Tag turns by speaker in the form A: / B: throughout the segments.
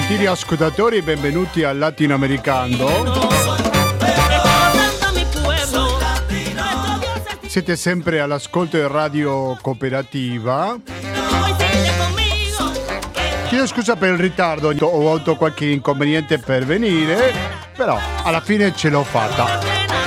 A: Gentili ascoltatori, benvenuti al Latinoamericano. Siete sempre all'ascolto di Radio Cooperativa. Chiedo scusa per il ritardo, ho avuto qualche inconveniente per venire, però alla fine ce l'ho fatta.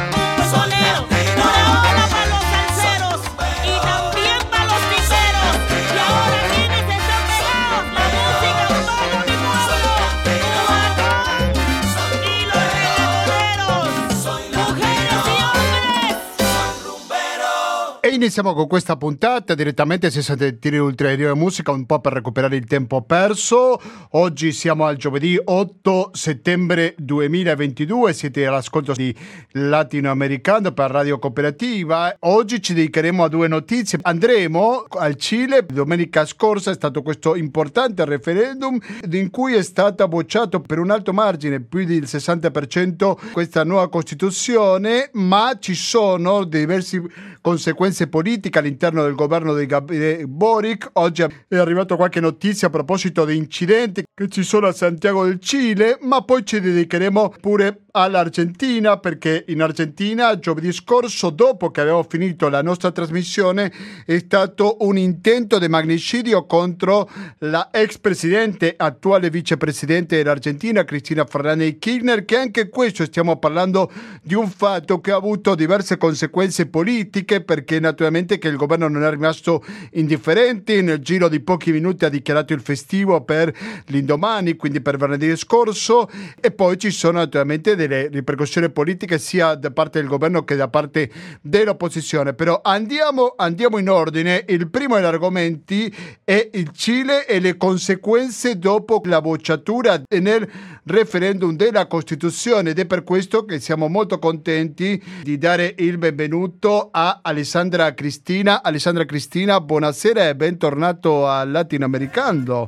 A: Iniziamo con questa puntata direttamente senza sentire ulteriore musica, un po' per recuperare il tempo perso. Oggi siamo al giovedì 8 settembre 2022, siete all'ascolto di Latinoamericano per Radio Cooperativa. Oggi ci dedicheremo a due notizie. Andremo al Cile. Domenica scorsa è stato questo importante referendum in cui è stata bocciato per un alto margine, più del 60%, questa nuova Costituzione, ma ci sono diverse conseguenze politiche all'interno del governo di Gabriel Boric. Oggi è arrivato qualche notizia a proposito di incidenti che ci sono a Santiago del Cile, ma poi ci dedicheremo pure all'Argentina, perché in Argentina giovedì scorso, dopo che avevo finito la nostra trasmissione, è stato un intento di magnicidio contro la ex presidente, attuale vicepresidente dell'Argentina, Cristina Fernández de Kirchner, che anche questo stiamo parlando di un fatto che ha avuto diverse conseguenze politiche, perché naturalmente che il governo non è rimasto indifferente. Nel giro di pochi minuti ha dichiarato il festivo per l'indomani, quindi per venerdì scorso, e poi ci sono naturalmente delle ripercussioni politiche sia da parte del governo che da parte dell'opposizione. Però andiamo in ordine. Il primo degli argomenti è il Cile e le conseguenze dopo la bocciatura nel referendum della Costituzione, ed è per questo che siamo molto contenti di dare il benvenuto a Alessandra Cristina. Alessandra Cristina, buonasera e bentornato al Latinoamericano.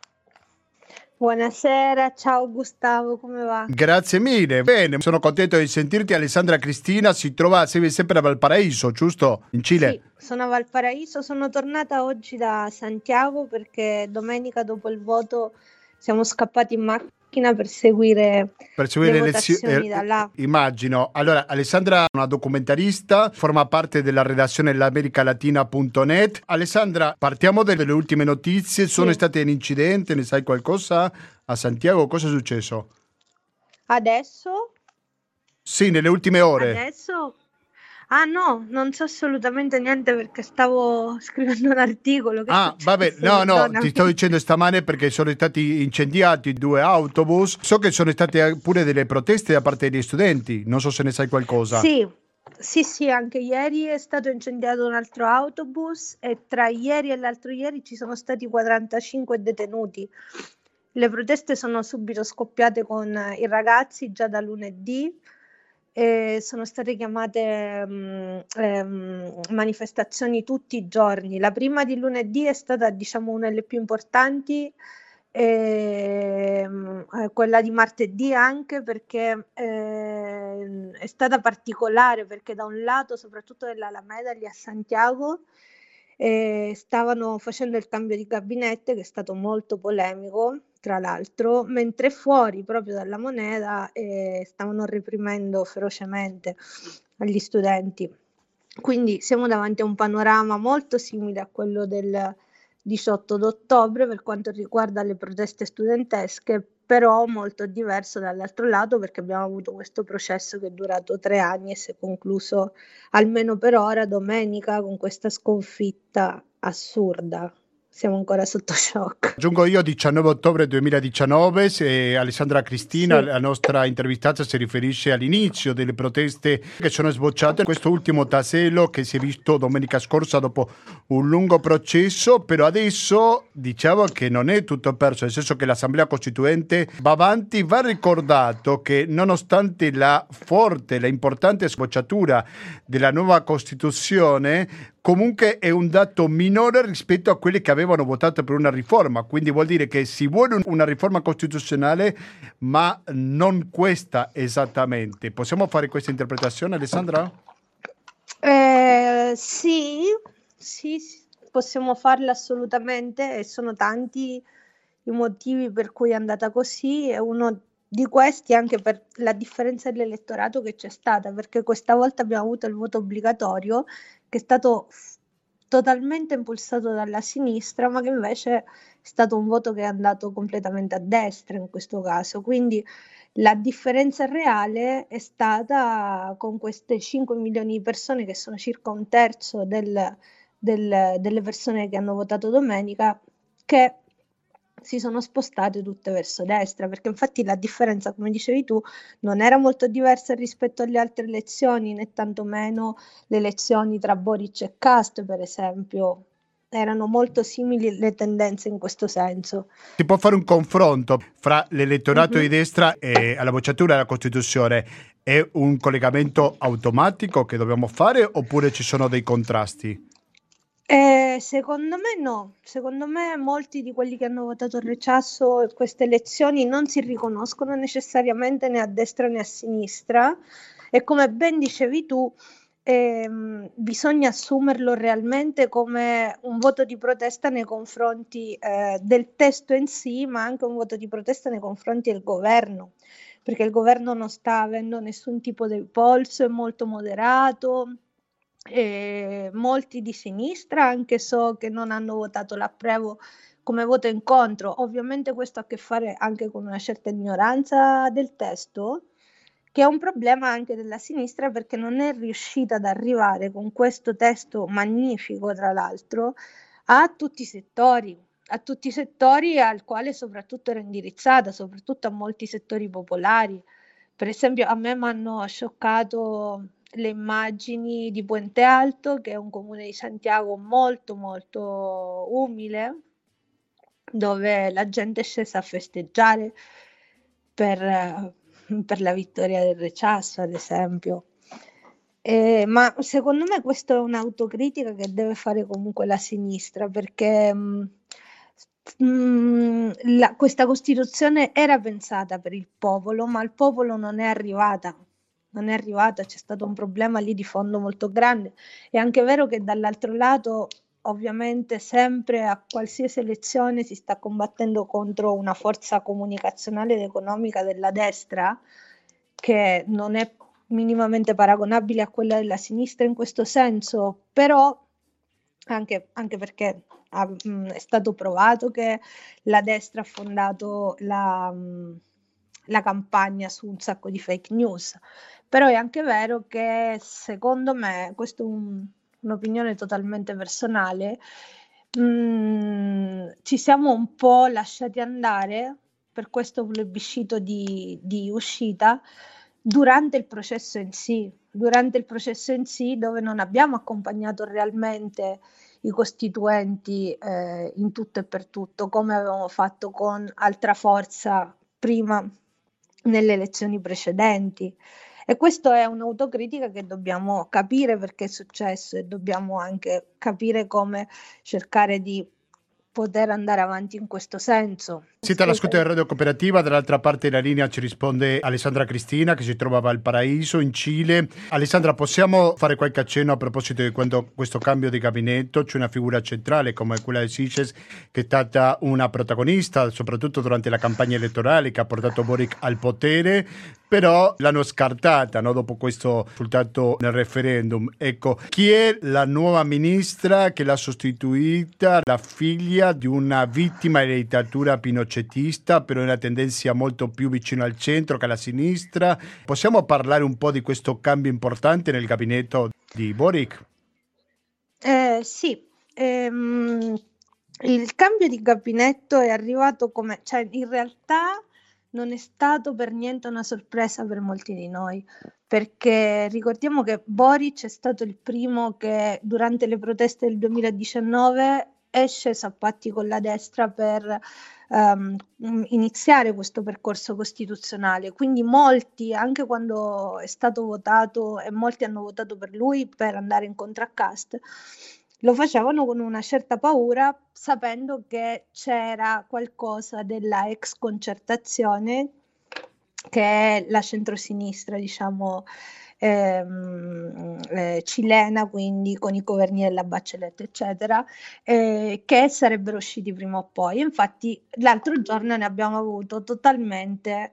B: Buonasera, ciao Gustavo, come va?
A: Grazie mille, bene, sono contento di sentirti. Alessandra Cristina sei sempre a Valparaíso, giusto? In Cile?
B: Sì, sono a Valparaíso, sono tornata oggi da Santiago perché domenica dopo il voto siamo scappati in macchina per seguire le votazioni da là.
A: Immagino. Allora, Alessandra è una documentarista, forma parte della redazione dell'americalatina.net. Alessandra, partiamo dalle ultime notizie. Sono state un incidente, ne sai qualcosa a Santiago? Cosa è successo?
B: Adesso?
A: Sì, nelle ultime ore.
B: Adesso? Ah no, non so assolutamente niente perché stavo scrivendo un articolo.
A: Vabbè, no, ti sto dicendo stamane perché sono stati incendiati 2 autobus. So che sono state pure delle proteste da parte degli studenti, non so se ne sai qualcosa.
B: Sì, anche ieri è stato incendiato un altro autobus e tra ieri e l'altro ieri ci sono stati 45 detenuti. Le proteste sono subito scoppiate con i ragazzi già da lunedì. Sono state chiamate manifestazioni tutti i giorni. La prima di lunedì è stata, diciamo, una delle più importanti, quella di martedì anche perché è stata particolare, perché da un lato, soprattutto nell'Alameda lì a Santiago, stavano facendo il cambio di gabinetto, che è stato molto polemico, tra l'altro, mentre fuori proprio dalla Moneda stavano reprimendo ferocemente agli studenti. Quindi siamo davanti a un panorama molto simile a quello del 18 d'ottobre per quanto riguarda le proteste studentesche, però molto diverso dall'altro lato, perché abbiamo avuto questo processo che è durato 3 anni e si è concluso, almeno per ora, domenica con questa sconfitta assurda. Siamo ancora sotto shock.
A: Aggiungo io 19 ottobre 2019, se Alessandra Cristina, la nostra intervistata, si riferisce all'inizio delle proteste che sono sbocciate. Questo ultimo tassello che si è visto domenica scorsa dopo un lungo processo, però adesso diciamo che non è tutto perso, nel senso che l'Assemblea Costituente va avanti. Va ricordato che nonostante la importante sbocciatura della nuova Costituzione, comunque è un dato minore rispetto a quelli che avevano votato per una riforma, quindi vuol dire che si vuole una riforma costituzionale, ma non questa esattamente. Possiamo fare questa interpretazione, Alessandra?
B: Sì, possiamo farla assolutamente, e sono tanti i motivi per cui è andata così, e uno di questi anche per la differenza dell'elettorato che c'è stata, perché questa volta abbiamo avuto il voto obbligatorio che è stato totalmente impulsato dalla sinistra, ma che invece è stato un voto che è andato completamente a destra in questo caso. Quindi la differenza reale è stata con queste 5 milioni di persone, che sono circa un terzo delle persone che hanno votato domenica, che si sono spostate tutte verso destra, perché infatti la differenza, come dicevi tu, non era molto diversa rispetto alle altre elezioni, né tantomeno le elezioni tra Boric e Cast, per esempio. Erano molto simili le tendenze in questo senso.
A: Si può fare un confronto fra l'elettorato di
B: Mhm.
A: destra e alla bocciatura della Costituzione? È un collegamento automatico che dobbiamo fare oppure ci sono dei contrasti?
B: Secondo me no, secondo me molti di quelli che hanno votato il rechazo in queste elezioni non si riconoscono necessariamente né a destra né a sinistra, e come ben dicevi tu, bisogna assumerlo realmente come un voto di protesta nei confronti del testo in sì, ma anche un voto di protesta nei confronti del governo, perché il governo non sta avendo nessun tipo di polso, è molto moderato. E molti di sinistra anche so che non hanno votato l'approvo come voto in contro. Ovviamente questo ha a che fare anche con una certa ignoranza del testo, che è un problema anche della sinistra, perché non è riuscita ad arrivare con questo testo magnifico, tra l'altro, a tutti i settori al quale soprattutto era indirizzata, soprattutto a molti settori popolari. Per esempio, a me mi hanno scioccato le immagini di Puente Alto, che è un comune di Santiago molto molto umile, dove la gente è scesa a festeggiare per la vittoria del rechazo, ad esempio. Ma secondo me questa è un'autocritica che deve fare comunque la sinistra, perché questa Costituzione era pensata per il popolo, ma al popolo non è arrivata. Non è arrivata, c'è stato un problema lì di fondo molto grande. È anche vero che dall'altro lato, ovviamente, sempre a qualsiasi elezione si sta combattendo contro una forza comunicazionale ed economica della destra che non è minimamente paragonabile a quella della sinistra in questo senso, però anche perché è stato provato che la destra ha fondato la campagna su un sacco di fake news, però è anche vero che secondo me, questa è un'opinione totalmente personale, ci siamo un po' lasciati andare per questo plebiscito di uscita durante il processo in sì, dove non abbiamo accompagnato realmente i costituenti in tutto e per tutto, come avevamo fatto con altra forza prima nelle elezioni precedenti. E questo è un'autocritica che dobbiamo capire perché è successo, e dobbiamo anche capire come cercare di poter andare avanti in questo senso.
A: Siete all'ascolto di Radio Cooperativa, dall'altra parte della linea ci risponde Alessandra Cristina che si trova a Valparaíso in Cile. Alessandra, possiamo fare qualche accenno a proposito di questo cambio di gabinetto? C'è una figura centrale come quella di Siches che è stata una protagonista soprattutto durante la campagna elettorale, che ha portato Boric al potere, però l'hanno scartata, no? Dopo questo risultato nel referendum. Ecco, chi è la nuova ministra che l'ha sostituita? La figlia di una vittima della dittatura pinochetista, però una tendenza molto più vicino al centro che alla sinistra. Possiamo parlare un po' di questo cambio importante nel gabinetto di Boric?
B: Sì, il cambio di gabinetto è arrivato come, cioè in realtà non è stato per niente una sorpresa per molti di noi, perché ricordiamo che Boric è stato il primo che durante le proteste del 2019 è sceso a patti con la destra per iniziare questo percorso costituzionale. Quindi molti, anche quando è stato votato, e molti hanno votato per lui per andare incontro a Cast, lo facevano con una certa paura, sapendo che c'era qualcosa della ex concertazione, che è la centrosinistra, diciamo, cilena, quindi con i governi della Bachelet, eccetera, che sarebbero usciti prima o poi. Infatti l'altro giorno ne abbiamo avuto totalmente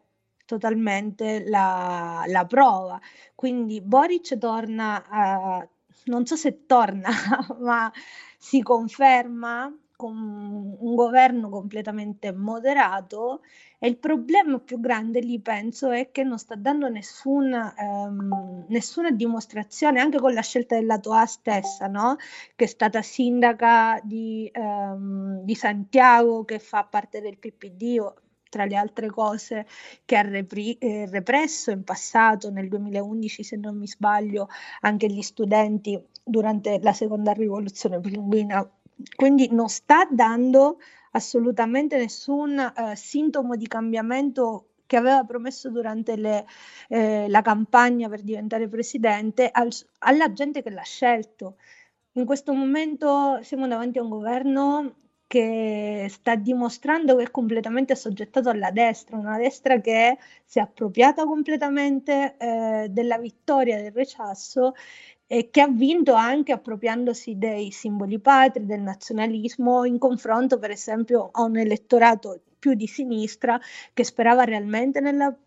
B: la prova. Quindi Boric torna non so se torna, ma si conferma con un governo completamente moderato, e il problema più grande lì penso è che non sta dando nessuna dimostrazione, anche con la scelta della Toa stessa, no? Che è stata sindaca di Santiago, che fa parte del PPD, tra le altre cose, che ha represso in passato, nel 2011 se non mi sbaglio, anche gli studenti durante la seconda rivoluzione piombina. Quindi non sta dando assolutamente nessun sintomo di cambiamento che aveva promesso durante la campagna per diventare presidente alla gente che l'ha scelto. In questo momento siamo davanti a un governo che sta dimostrando che è completamente assoggettato alla destra, una destra che si è appropriata completamente della vittoria del Reciasso, e che ha vinto anche appropriandosi dei simboli patri, del nazionalismo, in confronto per esempio a un elettorato più di sinistra che sperava realmente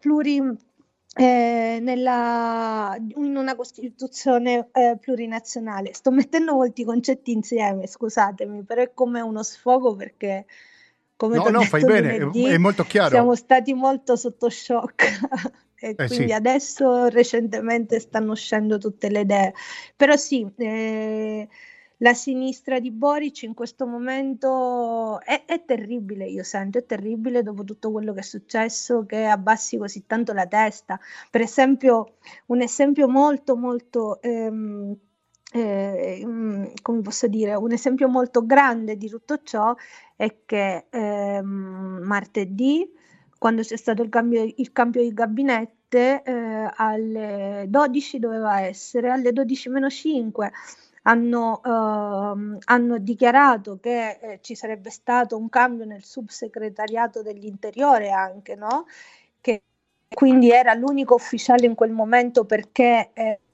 B: in una Costituzione plurinazionale. Sto mettendo molti concetti insieme, scusatemi, però è come uno sfogo, perché, come ti ho
A: No, fai
B: detto
A: bene, è
B: lunedì,
A: molto chiaro.
B: siamo stati molto sotto shock e quindi
A: Sì.
B: adesso recentemente stanno uscendo tutte le idee. Però sì, la sinistra di Boric in questo momento è terribile, io sento, è terribile dopo tutto quello che è successo, che abbassi così tanto la testa. Per esempio, un esempio molto molto come posso dire, un esempio molto grande di tutto ciò è che martedì, quando c'è stato il cambio di gabinette, alle 12 doveva essere, alle 12 meno 5 hanno dichiarato che ci sarebbe stato un cambio nel subsegretariato dell'interiore anche, no? Che quindi era l'unico ufficiale in quel momento, perché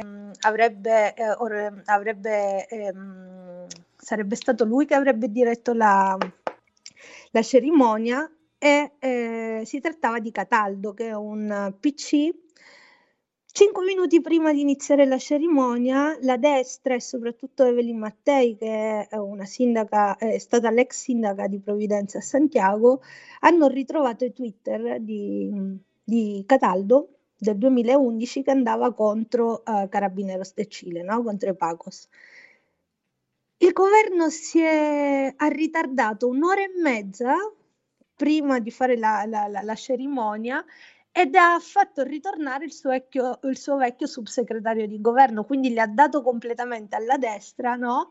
B: sarebbe stato lui che avrebbe diretto la cerimonia, e si trattava di Cataldo, che è un PC. 5 minuti prima di iniziare la cerimonia, la destra e soprattutto Evelyn Mattei, che è una sindaca, è stata l'ex sindaca di Providenza a Santiago, hanno ritrovato i Twitter di Cataldo del 2011 che andava contro Carabineros de Chile, no? Contro i Pacos. Il governo ha ritardato un'ora e mezza prima di fare la cerimonia, ed ha fatto ritornare il suo vecchio subsegretario di governo, quindi le ha dato completamente alla destra, no?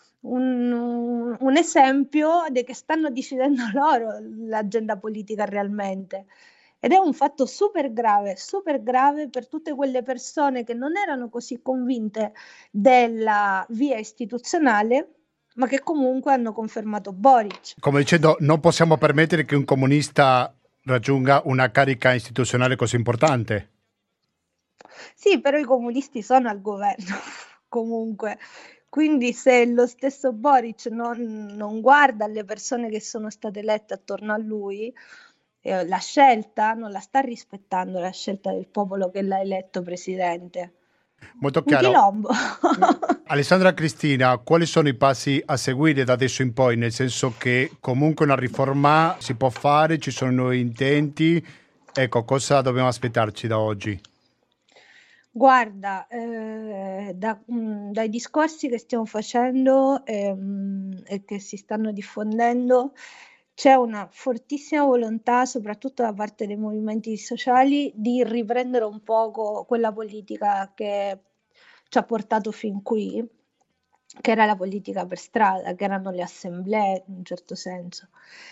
B: Un esempio di che stanno decidendo loro l'agenda politica realmente. Ed è un fatto super grave per tutte quelle persone che non erano così convinte della via istituzionale, ma che comunque hanno confermato Boric.
A: Come dicendo, non possiamo permettere che un comunista raggiunga una carica istituzionale così importante.
B: Sì, però i comunisti sono al governo comunque. Quindi se lo stesso Boric non guarda alle persone che sono state elette attorno a lui, la scelta non la sta rispettando, la scelta del popolo che l'ha eletto presidente.
A: Molto
B: Un
A: chiaro.
B: quilombo.
A: Alessandra Cristina, quali sono i passi a seguire da adesso in poi? Nel senso che comunque una riforma si può fare, ci sono nuovi intenti. Ecco, cosa dobbiamo aspettarci da oggi?
B: Guarda, dai discorsi che stiamo facendo e che si stanno diffondendo, c'è una fortissima volontà, soprattutto da parte dei movimenti sociali, di riprendere un poco quella politica che ci ha portato fin qui, che era la politica per strada, che erano le assemblee in un certo senso.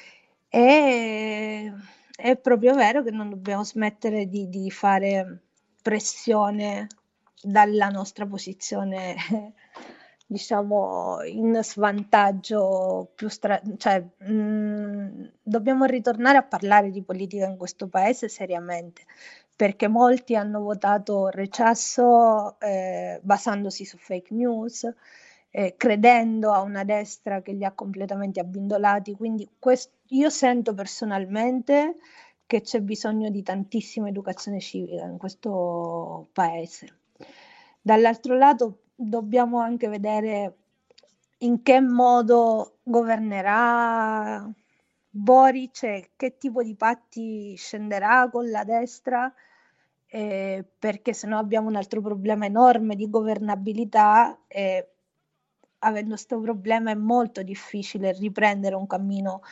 B: E è proprio vero che non dobbiamo smettere di fare pressione dalla nostra posizione, diciamo, in svantaggio cioè, dobbiamo ritornare a parlare di politica in questo paese seriamente, perché molti hanno votato recesso basandosi su fake news, credendo a una destra che li ha completamente abbindolati. Quindi io sento personalmente che c'è bisogno di tantissima educazione civica in questo paese. Dall'altro lato dobbiamo anche vedere in che modo governerà Boric, che tipo di patti scenderà con la destra, perché sennò abbiamo un altro problema enorme di governabilità e avendo questo problema è molto difficile riprendere un cammino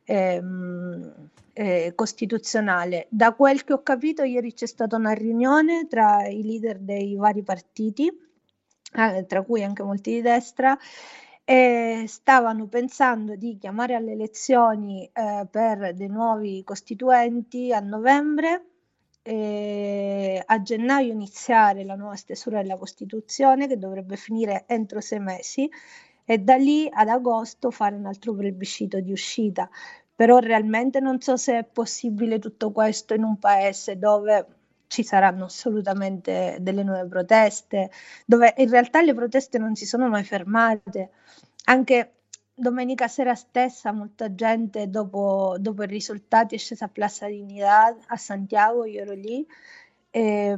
B: costituzionale. Da quel che ho capito, ieri c'è stata una riunione tra i leader dei vari partiti, tra cui anche molti di destra, e stavano pensando di chiamare alle elezioni per dei nuovi costituenti a novembre, a gennaio iniziare la nuova stesura della Costituzione che dovrebbe finire entro 6 mesi e da lì ad agosto fare un altro plebiscito di uscita. Però realmente non so se è possibile tutto questo in un paese dove ci saranno assolutamente delle nuove proteste, dove in realtà le proteste non si sono mai fermate. Anche domenica sera stessa molta gente dopo i risultati è scesa a Plaza Dignidad a Santiago, io ero lì, e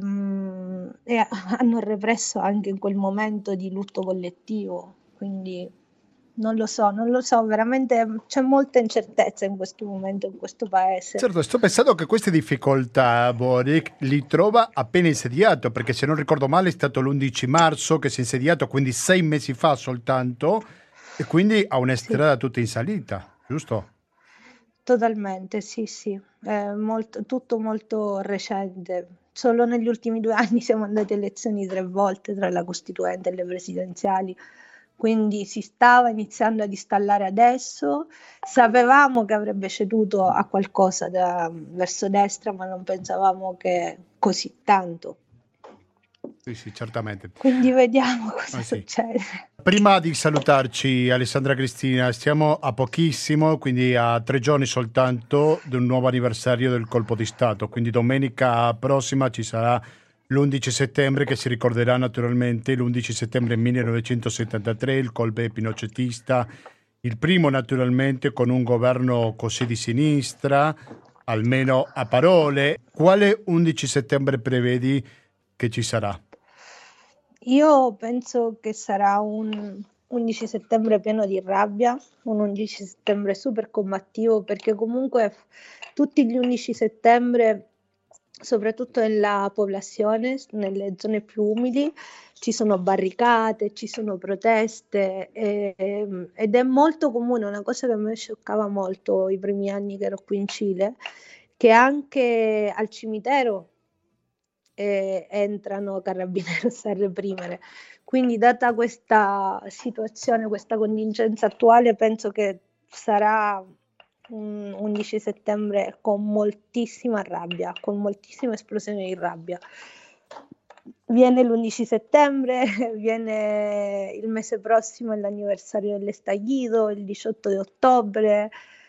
B: hanno represso anche in quel momento di lutto collettivo, quindi non lo so, veramente c'è molta incertezza in questo momento in questo paese.
A: Certo, sto pensando che queste difficoltà Boric li trova appena insediato, perché se non ricordo male è stato l'11 marzo che si è insediato, quindi 6 mesi fa soltanto, e quindi ha una strada tutta in salita, giusto?
B: Totalmente, sì, è tutto molto recente. Solo negli ultimi 2 anni siamo andati a elezioni 3 volte tra la Costituente e le presidenziali, quindi si stava iniziando ad installare adesso. Sapevamo che avrebbe ceduto a qualcosa verso destra, ma non pensavamo che così tanto.
A: Sì, certamente.
B: Quindi vediamo cosa succede.
A: Prima di salutarci, Alessandra Cristina, stiamo a pochissimo, quindi a 3 giorni soltanto di un nuovo anniversario del colpo di Stato. Quindi domenica prossima ci sarà l'11 settembre, che si ricorderà naturalmente l'11 settembre 1973, il colpo pinochetista, il primo naturalmente con un governo così di sinistra, almeno a parole. Quale 11 settembre prevedi che ci sarà?
B: Io penso che sarà un 11 settembre pieno di rabbia, un 11 settembre super combattivo, perché comunque tutti gli 11 settembre, soprattutto nella popolazione, nelle zone più umili, ci sono barricate, ci sono proteste ed è molto comune, una cosa che mi scioccava molto i primi anni che ero qui in Cile, che anche al cimitero entrano Carabineros a reprimere. Quindi data questa situazione, questa contingenza attuale, penso che sarà un 11 settembre con moltissima rabbia, con moltissima esplosione di rabbia. Viene l'11 settembre, viene il mese prossimo è l'anniversario dell'estallido, il 18 di ottobre,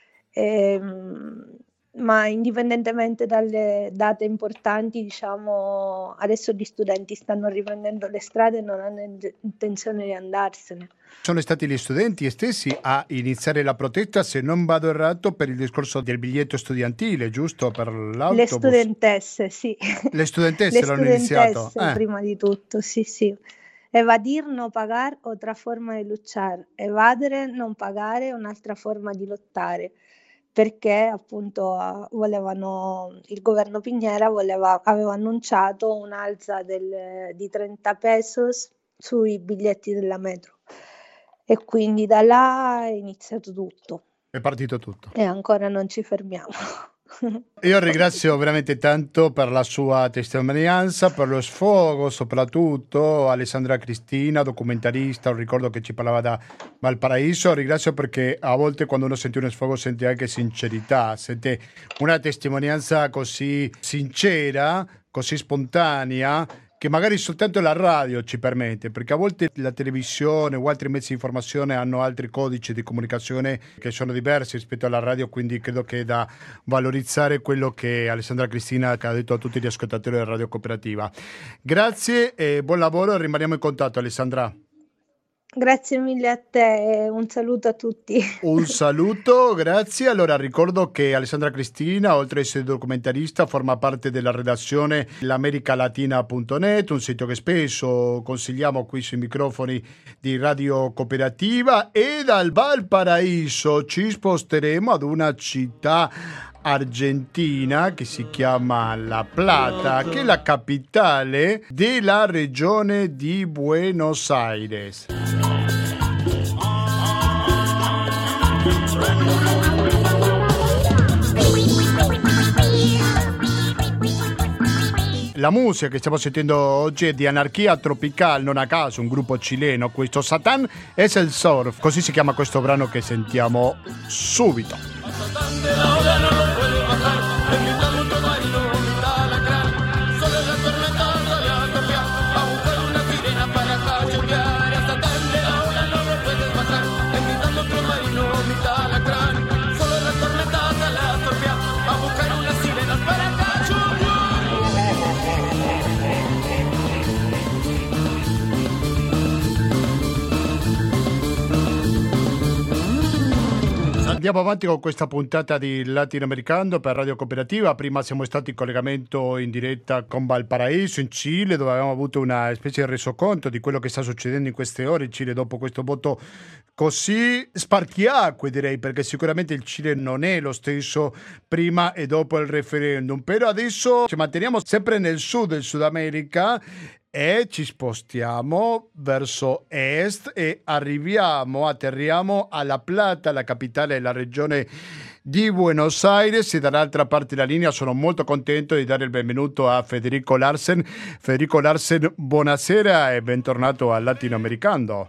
B: ma indipendentemente dalle date importanti, diciamo, adesso gli studenti stanno riprendendo le strade e non hanno intenzione di andarsene.
A: Sono stati gli studenti stessi a iniziare la protesta, se non vado errato, per il discorso del biglietto studentile, giusto? Per l'autobus.
B: Le studentesse, sì.
A: Le studentesse l'hanno iniziato.
B: Prima di tutto, sì. Evadir, no pagar, otra forma di luchar. Evadere, non pagare, un'altra forma di lottare. Perché appunto il governo Piñera aveva annunciato un'alza di 30 pesos sui biglietti della metro e quindi da là è iniziato tutto.
A: È partito tutto.
B: E ancora non ci fermiamo.
A: Io ringrazio veramente tanto per la sua testimonianza, per lo sfogo, soprattutto Alessandra Cristina, documentarista, ricordo che ci parlava da Valparaíso. Ringrazio perché a volte quando uno sente uno sfogo sente anche sincerità, sente una testimonianza così sincera, così spontanea, che magari soltanto la radio ci permette, perché a volte la televisione o altri mezzi di informazione hanno altri codici di comunicazione che sono diversi rispetto alla radio, quindi credo che è da valorizzare quello che Alessandra Cristina ha detto a tutti gli ascoltatori della Radio Cooperativa. Grazie e buon lavoro e rimaniamo in contatto, Alessandra.
B: Grazie mille a te e un saluto a tutti.
A: Un saluto, grazie. Allora ricordo che Alessandra Cristina, oltre ad essere documentarista, forma parte della redazione l'americalatina.net, un sito che spesso consigliamo qui sui microfoni di Radio Cooperativa, e dal Valparaíso ci sposteremo ad una città argentina che si chiama La Plata, che è la capitale della regione di Buenos Aires. La musica che stiamo sentendo oggi è di Anarchia Tropical, non a caso un gruppo cileno, questo Satan es el Surf, così si chiama questo brano che sentiamo subito. Andiamo avanti con questa puntata di Latinoamericano per Radio Cooperativa. Prima siamo stati in collegamento in diretta con Valparaíso in Cile, dove abbiamo avuto una specie di resoconto di quello che sta succedendo in queste ore in Cile dopo questo voto così spartiacque, direi, perché sicuramente il Cile non è lo stesso prima e dopo il referendum. Però adesso ci manteniamo sempre nel sud del Sud America e ci spostiamo verso est e atterriamo a La Plata, la capitale della regione di Buenos Aires, e dall'altra parte della linea sono molto contento di dare il benvenuto a Federico Larsen. Federico Larsen, buonasera e bentornato al Latinoamericano.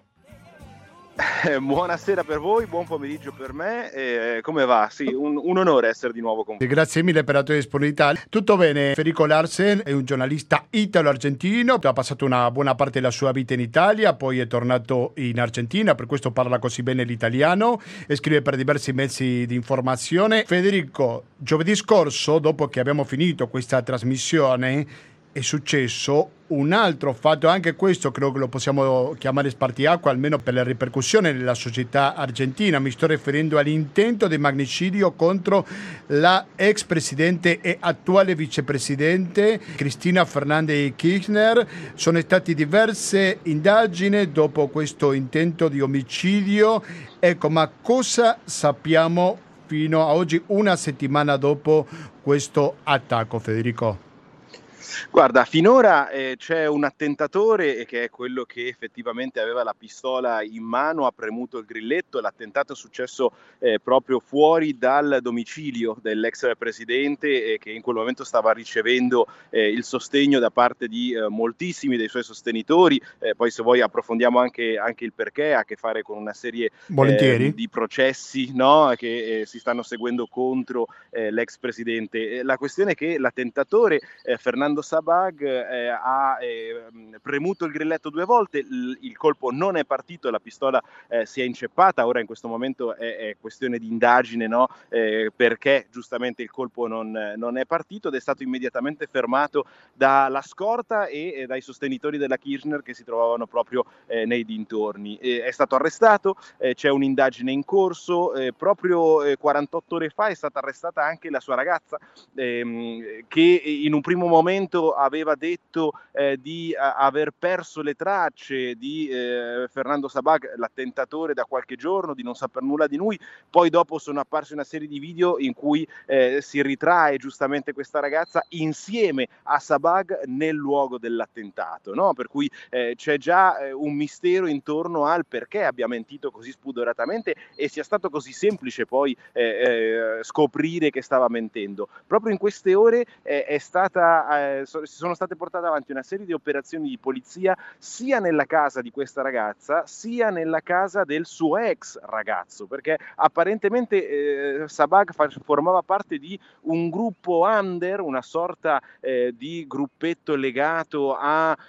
C: Buonasera per voi, buon pomeriggio per me. Come va? Sì, un onore essere di nuovo con voi.
A: Grazie mille per la tua disponibilità. Tutto bene? Federico Larsen è un giornalista italo-argentino, ha passato una buona parte della sua vita in Italia, poi è tornato in Argentina, per questo parla così bene l'italiano e scrive per diversi mezzi di informazione. Federico, giovedì scorso, dopo che abbiamo finito questa trasmissione, è successo un altro fatto, anche questo credo che lo possiamo chiamare spartiacque, almeno per le ripercussioni nella società argentina. Mi sto riferendo all'intento di magnicidio contro la ex presidente e attuale vicepresidente Cristina Fernández de Kirchner. Sono state diverse indagini dopo questo intento di omicidio. Ecco, ma cosa sappiamo fino a oggi, una settimana dopo questo attacco, Federico?
C: Guarda, finora c'è un attentatore che è quello che effettivamente aveva la pistola in mano, ha premuto il grilletto. L'attentato è successo proprio fuori dal domicilio dell'ex presidente, che in quel momento stava ricevendo il sostegno da parte di moltissimi dei suoi sostenitori. Poi se vuoi approfondiamo anche il perché, ha a che fare con una serie di processi, no, che si stanno seguendo contro l'ex presidente. La questione è che l'attentatore Fernando Sabag ha premuto il grilletto 2 volte, il colpo non è partito, la pistola si è inceppata. Ora in questo momento è questione di indagine, no? Perché giustamente il colpo non è partito, ed è stato immediatamente fermato dalla scorta e dai sostenitori della Kirchner che si trovavano proprio nei dintorni. È stato arrestato, c'è un'indagine in corso, proprio 48 ore fa è stata arrestata anche la sua ragazza, che in un primo momento aveva detto di aver perso le tracce di Fernando Sabag, l'attentatore, da qualche giorno, di non saper nulla di lui. Poi dopo sono apparsi una serie di video in cui si ritrae giustamente questa ragazza insieme a Sabag nel luogo dell'attentato, no? Per cui c'è già un mistero intorno al perché abbia mentito così spudoratamente e sia stato così semplice poi scoprire che stava mentendo. Proprio in queste ore è stata si sono state portate avanti una serie di operazioni di polizia sia nella casa di questa ragazza sia nella casa del suo ex ragazzo, perché apparentemente Sabag formava parte di un gruppo under, una sorta di gruppetto legato a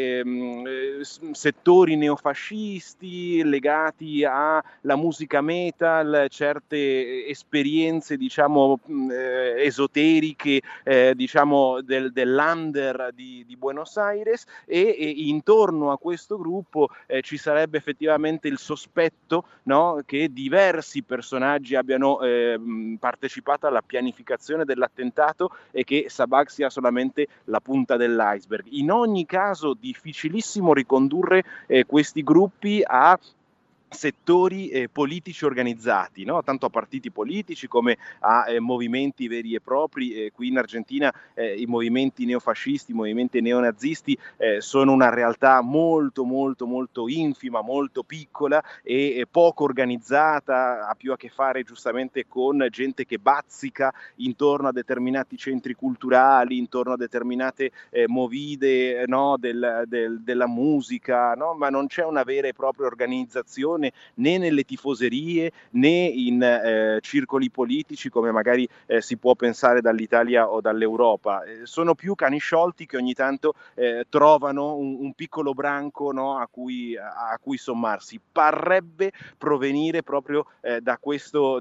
C: settori neofascisti, legati alla musica metal, certe esperienze diciamo esoteriche diciamo dell'under di Buenos Aires, e intorno a questo gruppo ci sarebbe effettivamente il sospetto, no, che diversi personaggi abbiano partecipato alla pianificazione dell'attentato e che Sabag sia solamente la punta dell'iceberg. In ogni caso difficilissimo ricondurre questi gruppi a settori politici organizzati, no? Tanto a partiti politici come a movimenti veri e propri. Qui in Argentina i movimenti neofascisti, i movimenti neonazisti sono una realtà molto molto molto infima, molto piccola e poco organizzata, ha più a che fare giustamente con gente che bazzica intorno a determinati centri culturali, intorno a determinate movide, no? della musica, no? Ma non c'è una vera e propria organizzazione né nelle tifoserie né in circoli politici come magari si può pensare dall'Italia o dall'Europa. Sono più cani sciolti che ogni tanto trovano un piccolo branco, no, a cui sommarsi. Parrebbe provenire proprio da questo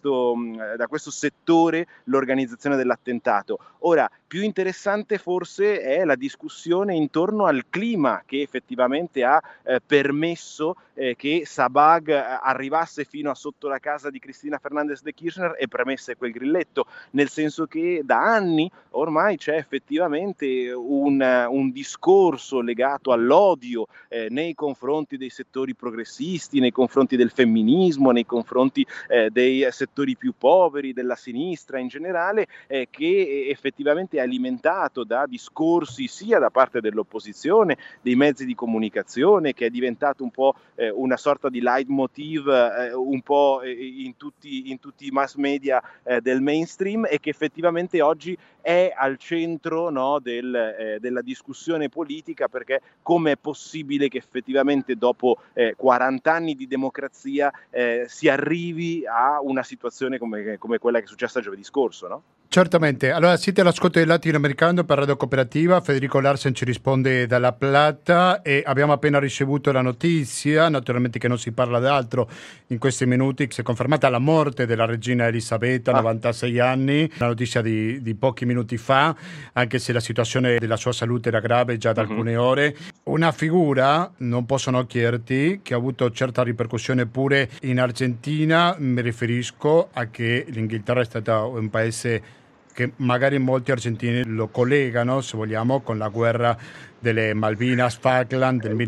C: settore l'organizzazione dell'attentato. Ora, più interessante forse è la discussione intorno al clima che effettivamente ha permesso che Sabag arrivasse fino a sotto la casa di Cristina Fernández de Kirchner e premesse quel grilletto, nel senso che da anni ormai c'è effettivamente un discorso legato all'odio nei confronti dei settori progressisti, nei confronti del femminismo, nei confronti dei settori più poveri, della sinistra in generale, che effettivamente è alimentato da discorsi sia da parte dell'opposizione, dei mezzi di comunicazione, che è diventato un po' una sorta di leitmotiv un po' in tutti i mass media del mainstream, e che effettivamente oggi è al centro, no, della discussione politica, perché come è possibile che effettivamente dopo 40 anni di democrazia si arrivi a una situazione come quella che è successa giovedì scorso, no?
A: Certamente, allora siete all'ascolto del Latinoamericano per Radio Cooperativa, Federico Larsen ci risponde dalla Plata e abbiamo appena ricevuto la notizia, naturalmente che non si parla d'altro in questi minuti, si è confermata la morte della regina Elisabetta, 96 anni, la notizia di pochi minuti fa, anche se la situazione della sua salute era grave già da alcune ore. Una figura, non posso non chiederti, che ha avuto certa ripercussione pure in Argentina, mi riferisco a che l'Inghilterra è stata un paese che magari molti argentini lo collegano, se vogliamo, con la guerra delle Malvinas, Falkland del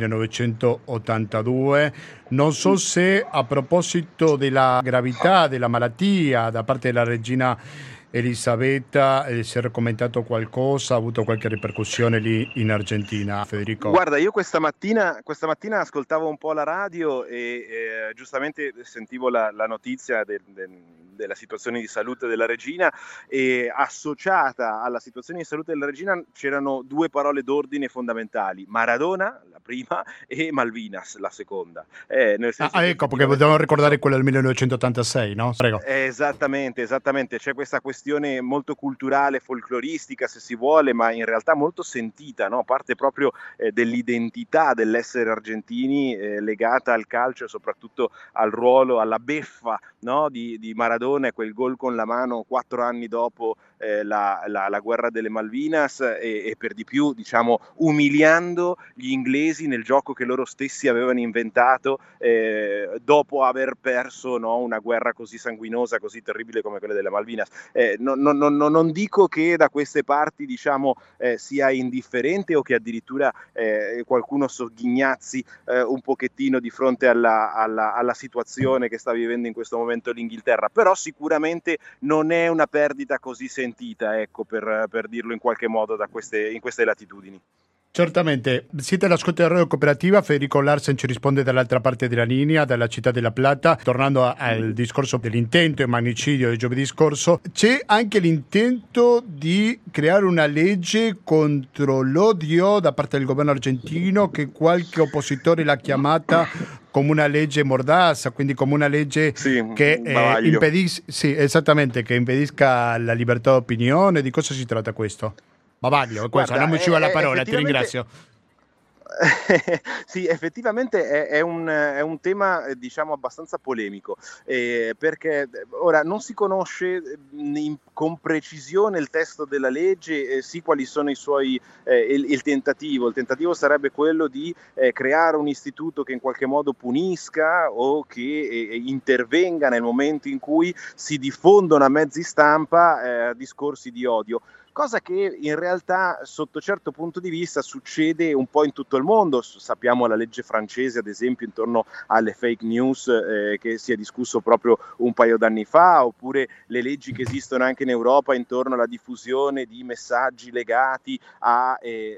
A: 1982. Non so se a proposito della gravità della malattia da parte della regina Elisabetta si è commentato qualcosa, ha avuto qualche ripercussione lì in Argentina, Federico?
C: Guarda, io questa mattina ascoltavo un po' la radio e giustamente sentivo la notizia della situazione di salute della regina, e associata alla situazione di salute della regina c'erano due parole d'ordine fondamentali: Maradona, la prima, e Malvinas, la seconda. Nel senso
A: ecco, perché dobbiamo ricordare quello del 1986, no? Prego.
C: Esattamente, c'è questa questione molto culturale, folcloristica se si vuole, ma in realtà molto sentita, no? Parte proprio dell'identità dell'essere argentini legata al calcio e soprattutto al ruolo, alla beffa, no? di Maradona, e quel gol con la mano 4 anni dopo la guerra delle Malvinas, e per di più, diciamo, umiliando gli inglesi nel gioco che loro stessi avevano inventato dopo aver perso, no, una guerra così sanguinosa, così terribile come quella delle Malvinas. Non dico che da queste parti, diciamo, sia indifferente o che addirittura qualcuno sogghignazzi un pochettino di fronte alla situazione che sta vivendo in questo momento l'Inghilterra, però sicuramente non è una perdita così sentita, ecco, per dirlo in qualche modo in queste latitudini.
A: Certamente, siete all'ascolto di Radio Cooperativa, Federico Larsen ci risponde dall'altra parte della linea, dalla città della Plata. Tornando al discorso dell'intento e magnicidio di giovedì scorso, c'è anche l'intento di creare una legge contro l'odio da parte del governo argentino, che qualche oppositore l'ha chiamata come una legge mordassa, quindi come una legge che impedisca, sì, esattamente, che impedisca la libertà d'opinione. Di cosa si tratta questo? Bavaglio,
C: Guarda,
A: non mi usciva la parola, ti ringrazio.
C: Sì, effettivamente è un tema, diciamo, abbastanza polemico, perché ora non si conosce con precisione il testo della legge, sì quali sono i suoi, il tentativo. Il tentativo sarebbe quello di creare un istituto che in qualche modo punisca o che intervenga nel momento in cui si diffondono a mezzi stampa discorsi di odio. Cosa che in realtà sotto certo punto di vista succede un po' in tutto il mondo. Sappiamo la legge francese, ad esempio, intorno alle fake news, che si è discusso proprio un paio d'anni fa, oppure le leggi che esistono anche in Europa intorno alla diffusione di messaggi legati a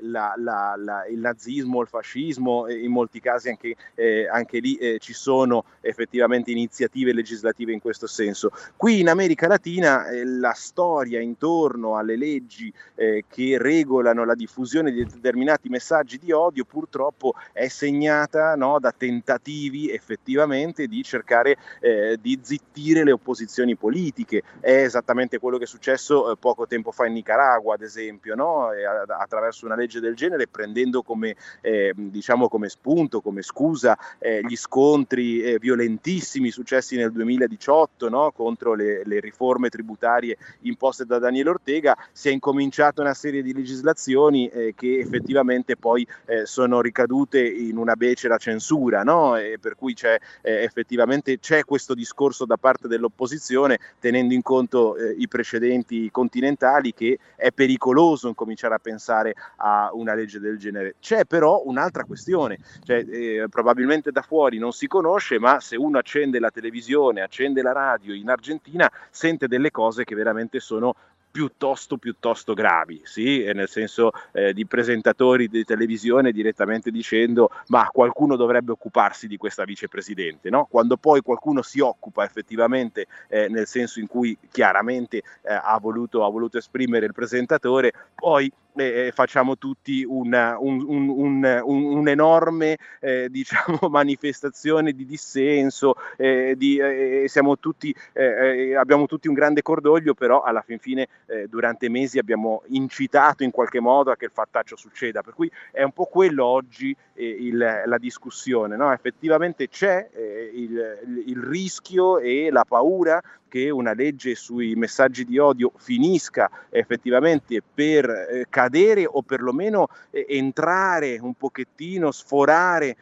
C: il nazismo, il fascismo. In molti casi anche lì ci sono effettivamente iniziative legislative in questo senso. Qui in America Latina la storia intorno alle leggi che regolano la diffusione di determinati messaggi di odio purtroppo è segnata, no, da tentativi effettivamente di cercare di zittire le opposizioni politiche. È esattamente quello che è successo poco tempo fa in Nicaragua, ad esempio, no? Attraverso una legge del genere, prendendo come diciamo come spunto, come scusa gli scontri violentissimi successi nel 2018, no? Contro le riforme tributarie imposte da Daniel Ortega. Si è incominciato una serie di legislazioni che effettivamente poi sono ricadute in una becera censura, no? Per cui effettivamente c'è questo discorso da parte dell'opposizione, tenendo in conto i precedenti continentali, che è pericoloso incominciare a pensare a una legge del genere. C'è però un'altra questione, probabilmente da fuori non si conosce, ma se uno accende la televisione, accende la radio in Argentina, sente delle cose che veramente sono piuttosto gravi, sì? Nel senso di presentatori di televisione direttamente dicendo ma qualcuno dovrebbe occuparsi di questa vicepresidente, no? Quando poi qualcuno si occupa effettivamente nel senso in cui chiaramente ha voluto esprimere il presentatore, poi facciamo tutti un'enorme diciamo manifestazione di dissenso, siamo tutti abbiamo tutti un grande cordoglio, però alla fin fine durante mesi abbiamo incitato in qualche modo a che il fattaccio succeda, per cui è un po' quello oggi la discussione, no? Effettivamente c'è il rischio e la paura che una legge sui messaggi di odio finisca effettivamente per cadere o perlomeno entrare un pochettino, sforare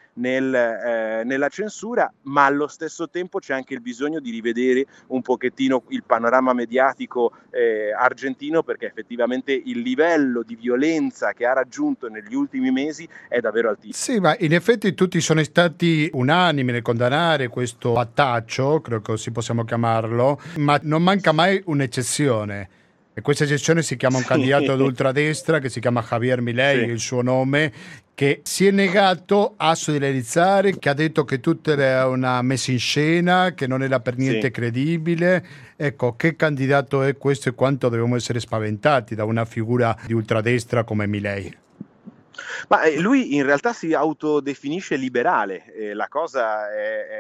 C: nella censura, ma allo stesso tempo c'è anche il bisogno di rivedere un pochettino il panorama mediatico argentino, perché effettivamente il livello di violenza che ha raggiunto negli ultimi mesi è davvero altissimo.
A: Sì, ma in effetti tutti sono stati unanimi nel condannare questo fattaccio, credo che così possiamo chiamarlo, ma non manca mai un'eccezione. E questa eccezione si chiama un candidato d'ultradestra che si chiama Javier Milei, il suo nome, che si è negato a solidarizzare, che ha detto che tutto era una messa in scena, che non era per niente credibile. Ecco, che candidato è questo e quanto dobbiamo essere spaventati da una figura di ultradestra come Milei?
C: Ma lui in realtà si autodefinisce liberale, la cosa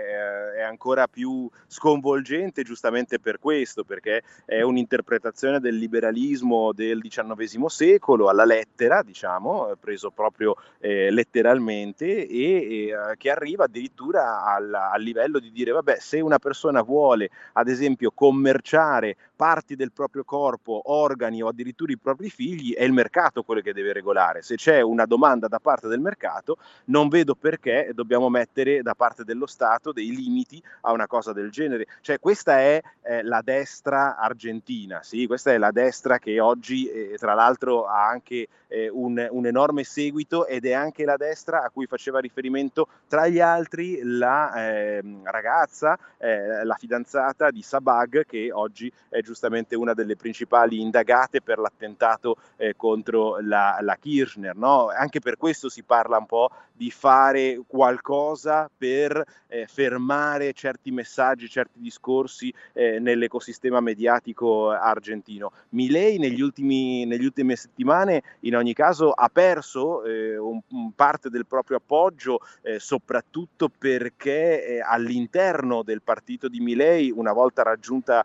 C: è ancora più sconvolgente giustamente per questo, perché è un'interpretazione del liberalismo del XIX secolo alla lettera, diciamo, preso proprio letteralmente, e che arriva addirittura al livello di dire vabbè, se una persona vuole ad esempio commerciare parti del proprio corpo, organi o addirittura i propri figli, è il mercato quello che deve regolare. Se c'è una domanda da parte del mercato, non vedo perché dobbiamo mettere da parte dello Stato dei limiti a una cosa del genere. Cioè questa è la destra argentina, sì? Questa è la destra che oggi tra l'altro ha anche un enorme seguito, ed è anche la destra a cui faceva riferimento tra gli altri la ragazza, la fidanzata di Sabag, che oggi è giustamente una delle principali indagate per l'attentato contro la Kirchner, no? anche per questo si parla un po' di fare qualcosa per fermare certi messaggi, certi discorsi nell'ecosistema mediatico argentino. Milei nelle ultime settimane in ogni caso ha perso parte del proprio appoggio, soprattutto perché all'interno del partito di Milei, una volta raggiunta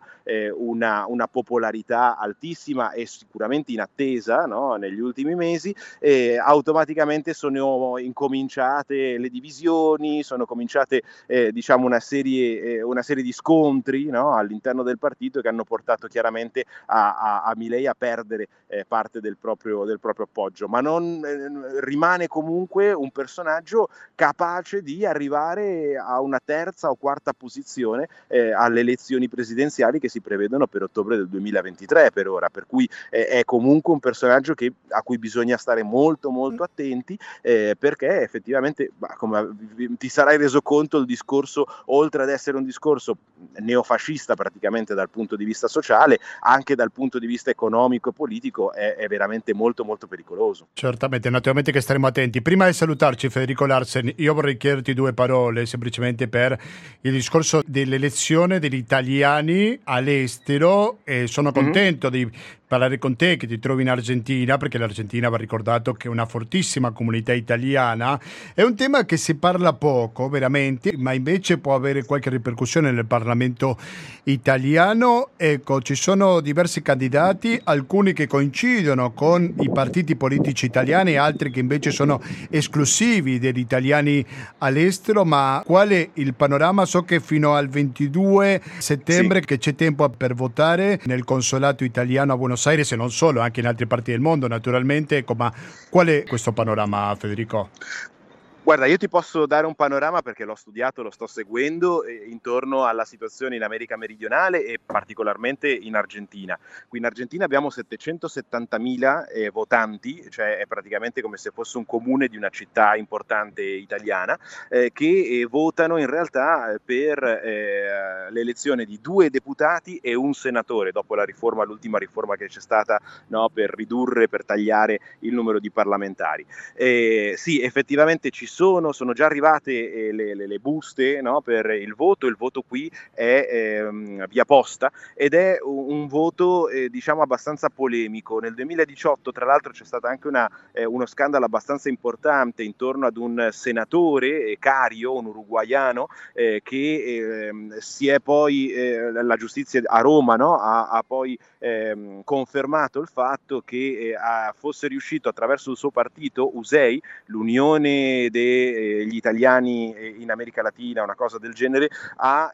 C: una popolarità altissima e sicuramente in attesa, no, negli ultimi mesi, automaticamente sono incominciate le divisioni, sono cominciate diciamo una serie di scontri, no, all'interno del partito, che hanno portato chiaramente a Milei a perdere parte del proprio appoggio, ma rimane comunque un personaggio capace di arrivare a una terza o quarta posizione alle elezioni presidenziali che si prevedono per ottobre del 2023 per ora, per cui è comunque un personaggio a cui bisogna stare molto molto attenti, perché effettivamente, come ti sarai reso conto, il discorso, oltre ad essere un discorso neofascista praticamente dal punto di vista sociale, anche dal punto di vista economico e politico è veramente molto molto pericoloso.
A: Certamente, naturalmente che staremo attenti. Prima di salutarci, Federico Larsen, io vorrei chiederti due parole semplicemente per il discorso dell'elezione degli italiani all'estero, e sono contento di parlare con te, che ti trovi in Argentina, perché l'Argentina va ricordato che è una fortissima comunità italiana. È un tema che si parla poco veramente, ma invece può avere qualche ripercussione nel Parlamento italiano. Ecco, ci sono diversi candidati, alcuni che coincidono con i partiti politici italiani, altri che invece sono esclusivi degli italiani all'estero. Ma qual è il panorama? So che fino al 22 settembre che c'è tempo per votare nel consolato italiano a Buenos Aires, e non solo, anche in altre parti del mondo naturalmente. Ecco, ma qual è questo panorama, Federico?
C: Guarda, io ti posso dare un panorama perché l'ho studiato, lo sto seguendo, intorno alla situazione in America meridionale e particolarmente in Argentina. Qui in Argentina abbiamo 770.000 votanti, cioè è praticamente come se fosse un comune di una città importante italiana, che votano in realtà per l'elezione di 2 deputati e un senatore, dopo l'ultima riforma che c'è stata, no, per ridurre, per tagliare il numero di parlamentari. Sì, effettivamente sono già arrivate le buste, no, per il voto. Il voto qui è via posta ed è un voto diciamo abbastanza polemico. Nel 2018 tra l'altro c'è stato anche uno scandalo abbastanza importante intorno ad un senatore, Cario, un uruguaiano, che si è poi la giustizia a Roma, no, ha poi confermato il fatto che fosse riuscito attraverso il suo partito USEI, l'Unione degli italiani in America Latina, una cosa del genere, a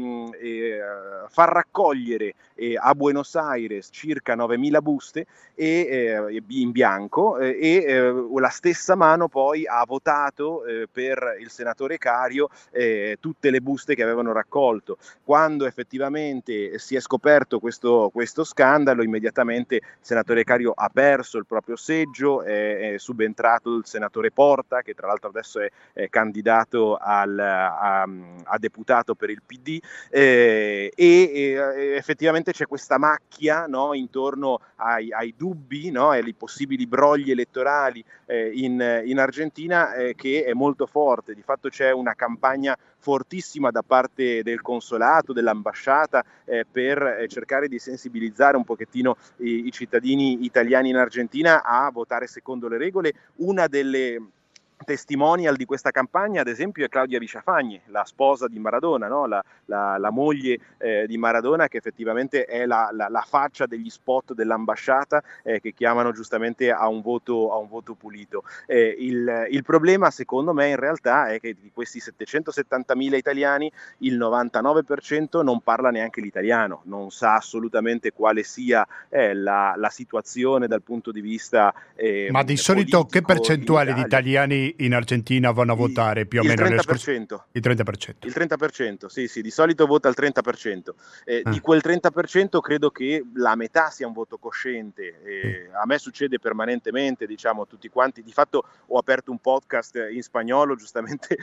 C: far raccogliere a Buenos Aires circa 9.000 buste in bianco, e la stessa mano poi ha votato per il senatore Cario tutte le buste che avevano raccolto. Quando effettivamente si è scoperto questo scandalo, immediatamente il senatore Cario ha perso il proprio seggio, è subentrato il senatore Porta, che tra l'altro adesso è candidato a deputato per il PD, e effettivamente c'è questa macchia, no, intorno ai dubbi, no, e ai possibili brogli elettorali in Argentina, che è molto forte. Di fatto c'è una campagna fortissima da parte del consolato, dell'ambasciata, per cercare di sensibilizzare un pochettino i cittadini italiani in Argentina a votare secondo le regole. Una delle testimonial di questa campagna, ad esempio, è Claudia Villafañe, la sposa di Maradona, no? la moglie di Maradona, che effettivamente è la faccia degli spot dell'ambasciata, che chiamano giustamente a un voto pulito. Il problema, secondo me, in realtà è che di questi 770.000 italiani il 99% non parla neanche l'italiano, non sa assolutamente quale sia la situazione dal punto di vista
A: ma di solito che percentuale di italiani quanti in Argentina vanno a votare più o meno?
C: Il 30%.
A: Il 30%.
C: Il 30%, sì, di solito vota il 30%. Di quel 30% credo che la metà sia un voto cosciente. A me succede permanentemente, diciamo, tutti quanti. Di fatto ho aperto un podcast in spagnolo giustamente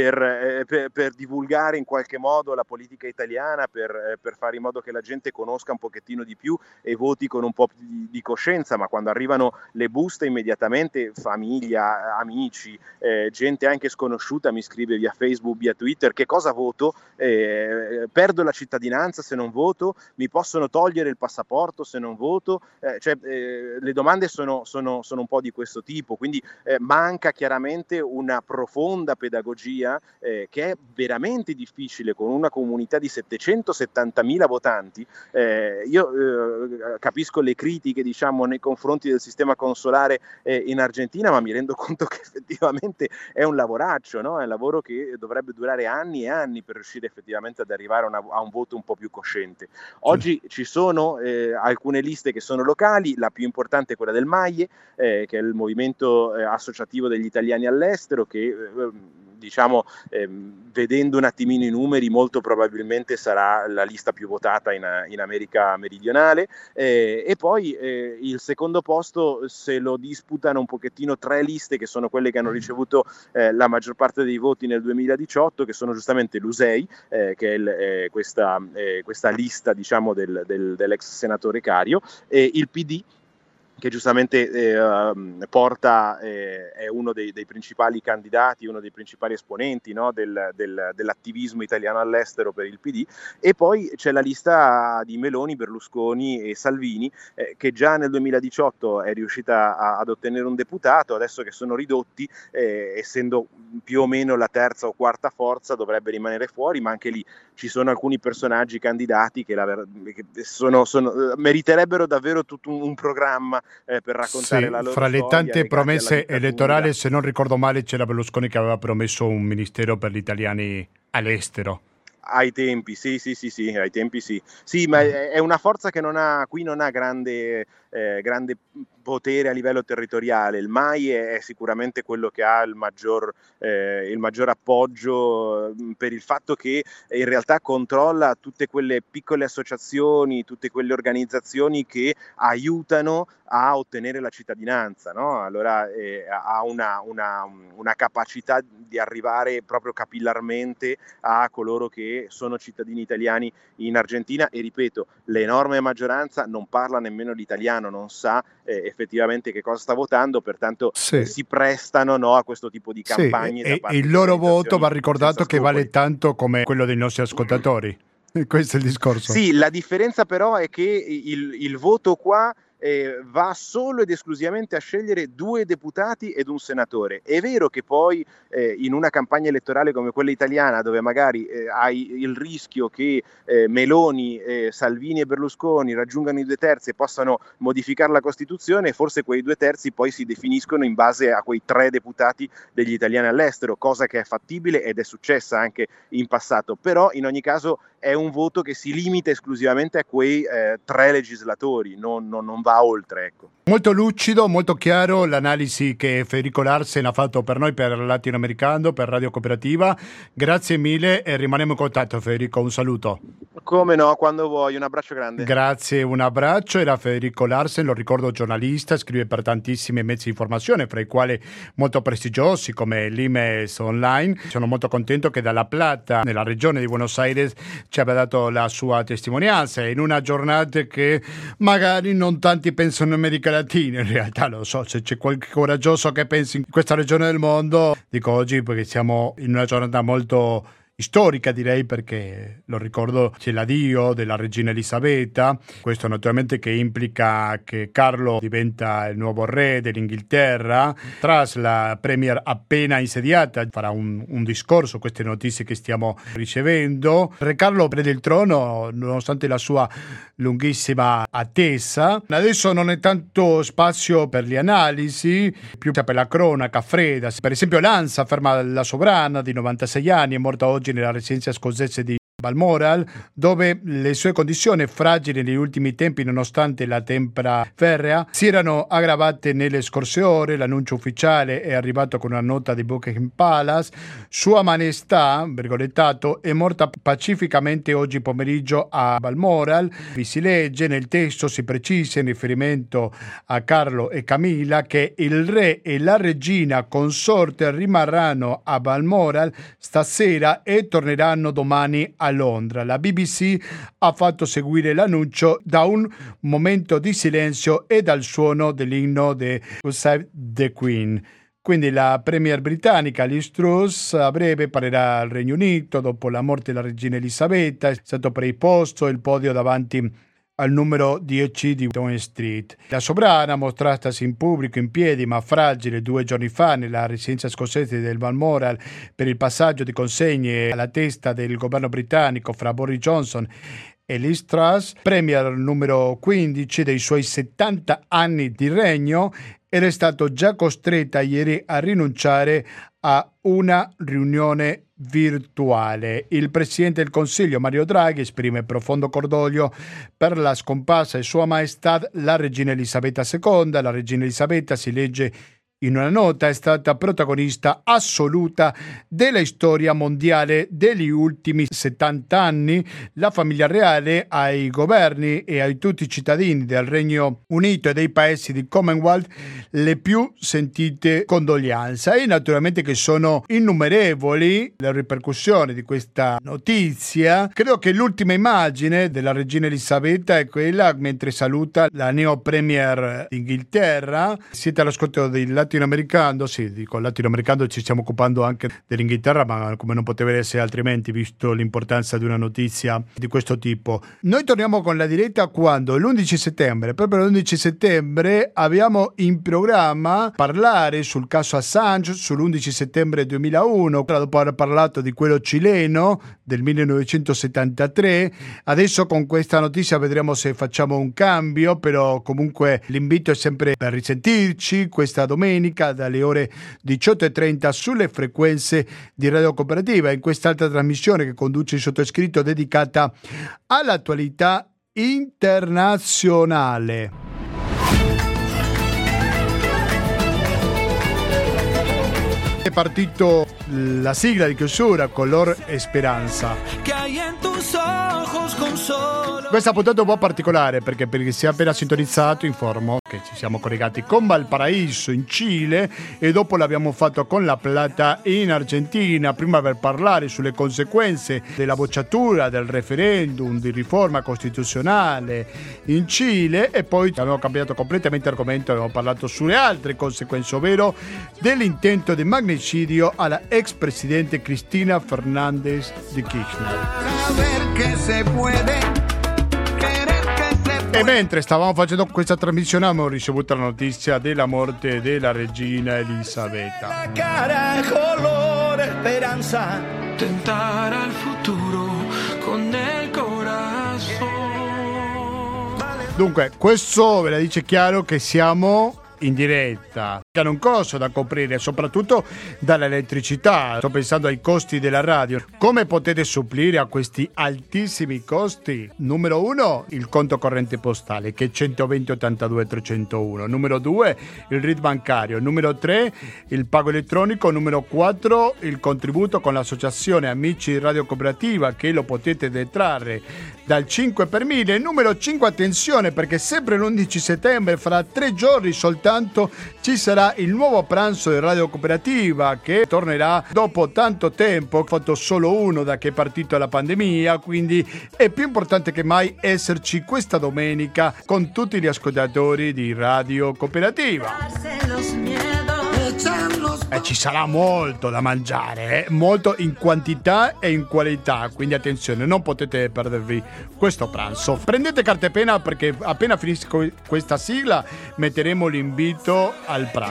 C: per divulgare in qualche modo la politica italiana, per fare in modo che la gente conosca un pochettino di più e voti con un po' di coscienza, ma quando arrivano le buste immediatamente famiglia, amici, gente anche sconosciuta mi scrive via Facebook, via Twitter: che cosa voto? Perdo la cittadinanza se non voto? Mi possono togliere il passaporto se non voto? Le domande sono un po' di questo tipo, quindi manca chiaramente una profonda pedagogia che è veramente difficile con una comunità di 770.000 votanti. Io capisco le critiche, diciamo, nei confronti del sistema consolare in Argentina, ma mi rendo conto che effettivamente è un lavoraccio, no? È un lavoro che dovrebbe durare anni e anni per riuscire effettivamente ad arrivare a un voto un po' più cosciente. Oggi ci sono alcune liste che sono locali, la più importante è quella del MAIE, che è il movimento associativo degli italiani all'estero, che diciamo, vedendo un attimino i numeri, molto probabilmente sarà la lista più votata in America meridionale, e poi il secondo posto se lo disputano un pochettino tre liste che sono quelle che hanno ricevuto la maggior parte dei voti nel 2018, che sono giustamente l'USEI, che è questa lista, diciamo, dell'ex senatore Cario, e il PD, che giustamente porta, è uno dei principali candidati, uno dei principali esponenti, no, dell'attivismo italiano all'estero per il PD, e poi c'è la lista di Meloni, Berlusconi e Salvini, che già nel 2018 è riuscita ad ottenere un deputato, adesso che sono ridotti, essendo più o meno la terza o quarta forza, dovrebbe rimanere fuori, ma anche lì ci sono alcuni personaggi candidati che meriterebbero davvero tutto un programma per raccontare la loro
A: fra le
C: storia,
A: tante promesse elettorali, se non ricordo male, c'era Berlusconi che aveva promesso un ministero per gli italiani all'estero.
C: Ai tempi, sì, ai tempi sì. Sì, ma è una forza che non ha grande potere a livello territoriale. Il MAIE è sicuramente quello che ha il maggior appoggio, per il fatto che in realtà controlla tutte quelle piccole associazioni, tutte quelle organizzazioni che aiutano a ottenere la cittadinanza, no? Allora ha una capacità di arrivare proprio capillarmente a coloro che sono cittadini italiani in Argentina, e ripeto, l'enorme maggioranza non parla nemmeno l'italiano, non sa effettivamente che cosa sta votando, pertanto si prestano, no, a questo tipo di campagne.
A: E il loro voto, va ricordato, che vale tanto come quello dei nostri ascoltatori. Questo è il discorso.
C: Sì, la differenza però è che il voto qua va solo ed esclusivamente a scegliere 2 deputati ed un senatore. È vero che poi in una campagna elettorale come quella italiana, dove magari hai il rischio che Meloni, Salvini e Berlusconi raggiungano i 2/3 e possano modificare la Costituzione, forse quei 2/3 poi si definiscono in base a quei 3 deputati degli italiani all'estero, cosa che è fattibile ed è successa anche in passato, però in ogni caso è un voto che si limita esclusivamente a quei 3 legislatori, non va oltre, ecco.
A: Molto lucido, molto chiaro l'analisi che Federico Larsen ha fatto per noi, per Latinoamericano, per Radio Cooperativa. Grazie mille e rimaniamo in contatto, Federico, un saluto.
C: Come no, quando vuoi, un abbraccio grande.
A: Grazie, un abbraccio. Era Federico Larsen, lo ricordo, giornalista, scrive per tantissimi mezzi di informazione, fra i quali molto prestigiosi come l'Imes Online. Sono molto contento che dalla Plata, nella regione di Buenos Aires, ci abbia dato la sua testimonianza in una giornata che magari non tanti pensano in America Latina. In realtà lo so, se c'è qualche coraggioso che pensi in questa regione del mondo, dico oggi perché siamo in una giornata molto storica, direi, perché lo ricordo, c'è l'addio della regina Elisabetta, questo naturalmente che implica che Carlo diventa il nuovo re dell'Inghilterra. Tras la premier appena insediata farà un discorso, queste notizie che stiamo ricevendo. Re Carlo prende il trono nonostante la sua lunghissima attesa. Adesso non è tanto spazio per le analisi, più per la cronaca fredda. Per esempio l'ANSA ferma la sovrana di 96 anni, è morta oggi nella residenza scozzese di Balmoral, dove le sue condizioni fragili negli ultimi tempi, nonostante la tempra ferrea, si erano aggravate nelle scorse ore. L'annuncio ufficiale è arrivato con una nota di Buckingham Palace. Sua Maestà, virgolettato, è morta pacificamente oggi pomeriggio a Balmoral. Vi si legge, nel testo si precisa in riferimento a Carlo e Camilla che il re e la regina consorte rimarranno a Balmoral stasera e torneranno domani a Londra. La BBC ha fatto seguire l'annuncio da un momento di silenzio e dal suono dell'inno di Save the Queen. Quindi la premier britannica Liz Truss a breve parlerà al Regno Unito dopo la morte della regina Elisabetta. È stato preposto il podio davanti al numero 10 di Downing Street. La sovrana, mostratasi in pubblico in piedi ma fragile 2 giorni fa nella residenza scozzese del Balmoral per il passaggio di consegne alla testa del governo britannico fra Boris Johnson e Liz Truss, premier numero 15 dei suoi 70 anni di regno, era stato già costretta ieri a rinunciare a una riunione virtuale. Il Presidente del Consiglio Mario Draghi esprime profondo cordoglio per la scomparsa di Sua Maestà la Regina Elisabetta II. La Regina Elisabetta, si legge in una nota, è stata protagonista assoluta della storia mondiale degli ultimi 70 anni. La famiglia reale ai governi e a tutti i cittadini del Regno Unito e dei paesi di Commonwealth le più sentite condoglianze, e naturalmente che sono innumerevoli le ripercussioni di questa notizia. Credo che l'ultima immagine della regina Elisabetta è quella mentre saluta la neo premier d'Inghilterra. Siete all'ascolto del latinoamericano, sì, dico latinoamericano, ci stiamo occupando anche dell'Inghilterra, ma come non poteva essere altrimenti, visto l'importanza di una notizia di questo tipo. Noi torniamo con la diretta quando? L'11 settembre, proprio l'11 settembre abbiamo in programma parlare sul caso Assange, sull'11 settembre 2001, dopo aver parlato di quello cileno del 1973. Adesso con questa notizia vedremo se facciamo un cambio, però comunque l'invito è sempre per risentirci questa domenica dalle ore 18:30 sulle frequenze di Radio Cooperativa, in quest'altra trasmissione che conduce il sottoscritto dedicata all'attualità internazionale. È partito la sigla di chiusura, Color Esperanza. Questa puntata è un po' particolare perché si è appena sintonizzato, informo che ci siamo collegati con Valparaíso in Cile e dopo l'abbiamo fatto con La Plata in Argentina, prima per parlare sulle conseguenze della bocciatura del referendum di riforma costituzionale in Cile, e poi abbiamo cambiato completamente argomento, abbiamo parlato sulle altre conseguenze, ovvero dell'intento di magnicidio alla ex presidente Cristina Fernández de Kirchner. E mentre stavamo facendo questa trasmissione abbiamo ricevuto la notizia della morte della regina Elisabetta. Tentare al futuro con il corazón. Dunque, questo ve la dice chiaro che siamo in diretta. Hanno un costo da coprire, soprattutto dall'elettricità. Sto pensando ai costi della radio. Come potete supplire a questi altissimi costi? Numero 1, il conto corrente postale, che è 120 82 301. Numero 2, il RID bancario. Numero 3, il pago elettronico. Numero 4, il contributo con l'associazione Amici Radio Cooperativa, che lo potete detrarre dal 5 per 1000. Numero 5, attenzione, perché sempre l'11 settembre, fra 3 giorni soltanto, ci sarà il nuovo pranzo di Radio Cooperativa, che tornerà dopo tanto tempo. Ho fatto solo uno da che è partita la pandemia, quindi è più importante che mai esserci questa domenica con tutti gli ascoltatori di Radio Cooperativa. E ci sarà molto da mangiare, molto in quantità e in qualità, quindi attenzione, non potete perdervi questo pranzo. Prendete carta e penna perché appena finisco questa sigla metteremo l'invito al pranzo.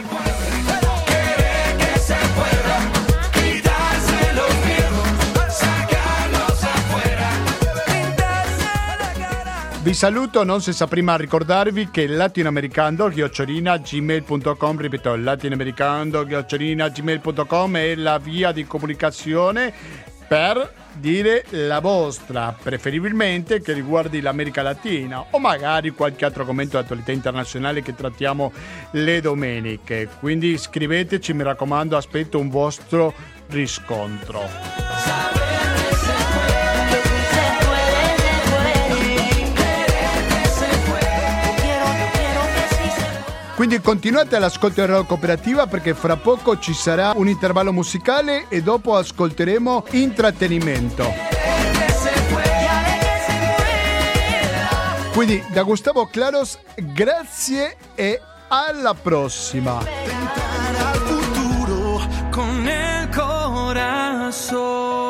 A: Vi saluto, non senza prima ricordarvi che latinoamericando@gmail.com, ripeto, latinoamericando@gmail.com è la via di comunicazione per dire la vostra, preferibilmente che riguardi l'America Latina o magari qualche altro argomento di attualità internazionale che trattiamo le domeniche. Quindi scriveteci, mi raccomando, aspetto un vostro riscontro. Quindi continuate all'ascolto di Radio Cooperativa perché fra poco ci sarà un intervallo musicale e dopo ascolteremo intrattenimento. Quindi da Gustavo Claros, grazie e alla prossima.
D: Al futuro con el corazón.